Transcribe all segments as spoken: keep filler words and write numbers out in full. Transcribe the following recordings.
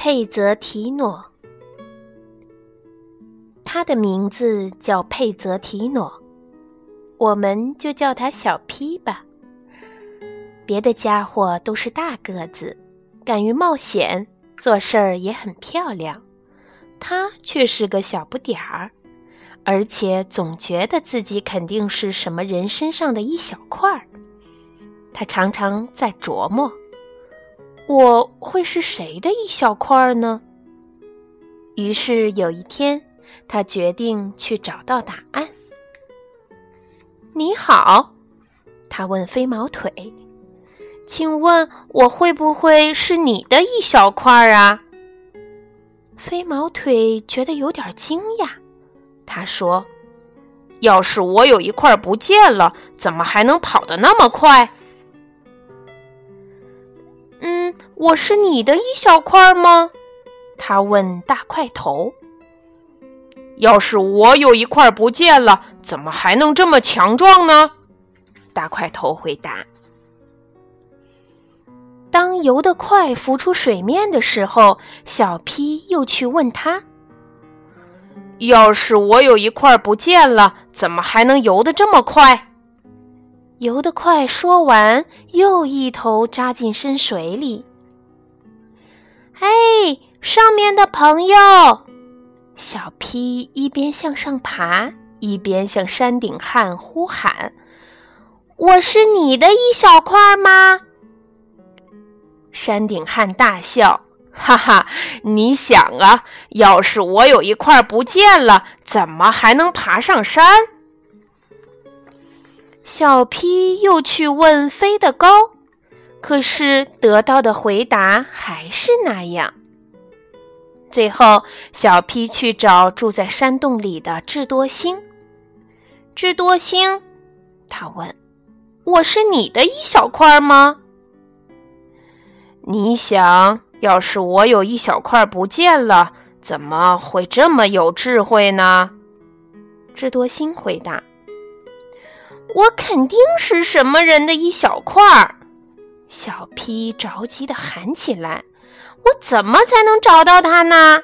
佩泽提诺。他的名字叫佩泽提诺，我们就叫他小 P 吧。别的家伙都是大个子，敢于冒险，做事儿也很漂亮，他却是个小不点儿，而且总觉得自己肯定是什么人身上的一小块儿。他常常在琢磨，我会是谁的一小块呢？于是有一天，他决定去找到答案。你好，他问飞毛腿，请问我会不会是你的一小块啊？飞毛腿觉得有点惊讶，他说，要是我有一块不见了，怎么还能跑得那么快？嗯，我是你的一小块吗？他问大块头。要是我有一块不见了，怎么还能这么强壮呢？大块头回答。当游得快浮出水面的时候，小 P 又去问他，要是我有一块不见了，怎么还能游得这么快？游得快说完，又一头扎进深水里。嘿，上面的朋友！小 P 一边向上爬，一边向山顶汉呼喊，我是你的一小块吗？山顶汉大笑，哈哈，你想啊，要是我有一块不见了，怎么还能爬上山？小 P 又去问飞得高，可是得到的回答还是那样。最后，小 P 去找住在山洞里的智多星。智多星，他问，我是你的一小块吗？你想，要是我有一小块不见了，怎么会这么有智慧呢？智多星回答。我肯定是什么人的一小块儿！小 P 着急地喊起来，我怎么才能找到他呢？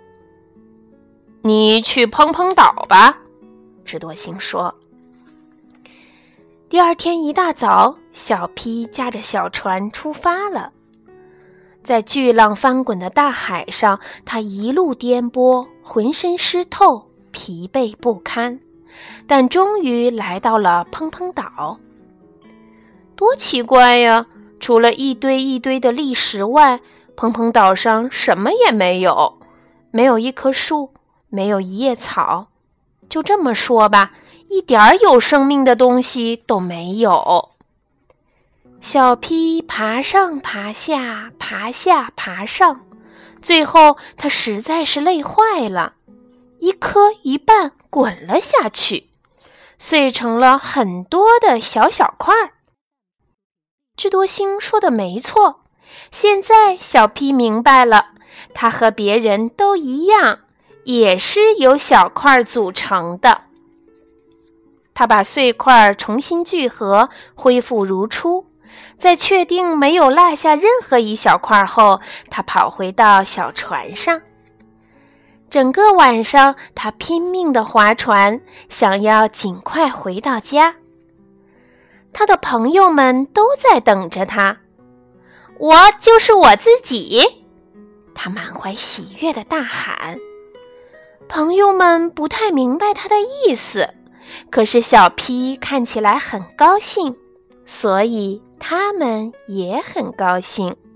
你去砰砰岛吧，智多星说。第二天一大早，小 P 驾着小船出发了。在巨浪翻滚的大海上，他一路颠簸，浑身湿透，疲惫不堪，但终于来到了砰砰岛。多奇怪呀，除了一堆一堆的砾石外，砰砰岛上什么也没有，没有一棵树，没有一叶草，就这么说吧，一点有生命的东西都没有。小 P 爬上爬下，爬下爬上，最后他实在是累坏了，一颗一半滚了下去，碎成了很多的小小块儿。智多星说的没错，现在小 P 明白了，他和别人都一样，也是由小块组成的。他把碎块重新聚合，恢复如初。在确定没有落下任何一小块后，他跑回到小船上。整个晚上，他拼命地划船，想要尽快回到家。他的朋友们都在等着他。我就是我自己！他满怀喜悦地大喊。朋友们不太明白他的意思，可是小 P 看起来很高兴，所以他们也很高兴。